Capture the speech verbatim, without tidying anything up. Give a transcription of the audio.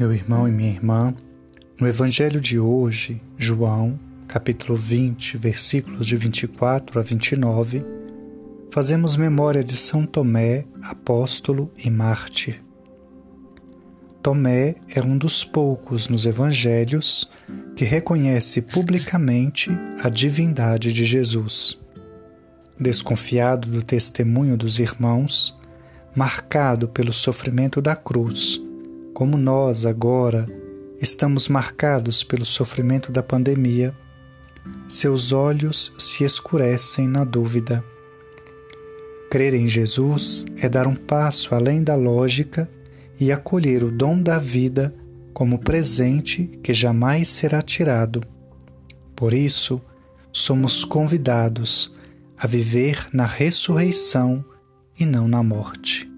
meu irmão e minha irmã, no Evangelho de hoje, João, capítulo vinte, versículos de vinte e quatro a vinte e nove, fazemos memória de São Tomé, apóstolo e mártir. Tomé é um dos poucos nos Evangelhos que reconhece publicamente a divindade de Jesus. Desconfiado do testemunho dos irmãos, marcado pelo sofrimento da cruz, como nós agora estamos marcados pelo sofrimento da pandemia, seus olhos se escurecem na dúvida. Crer em Jesus é dar um passo além da lógica e acolher o dom da vida como presente que jamais será tirado. Por isso, somos convidados a viver na ressurreição e não na morte.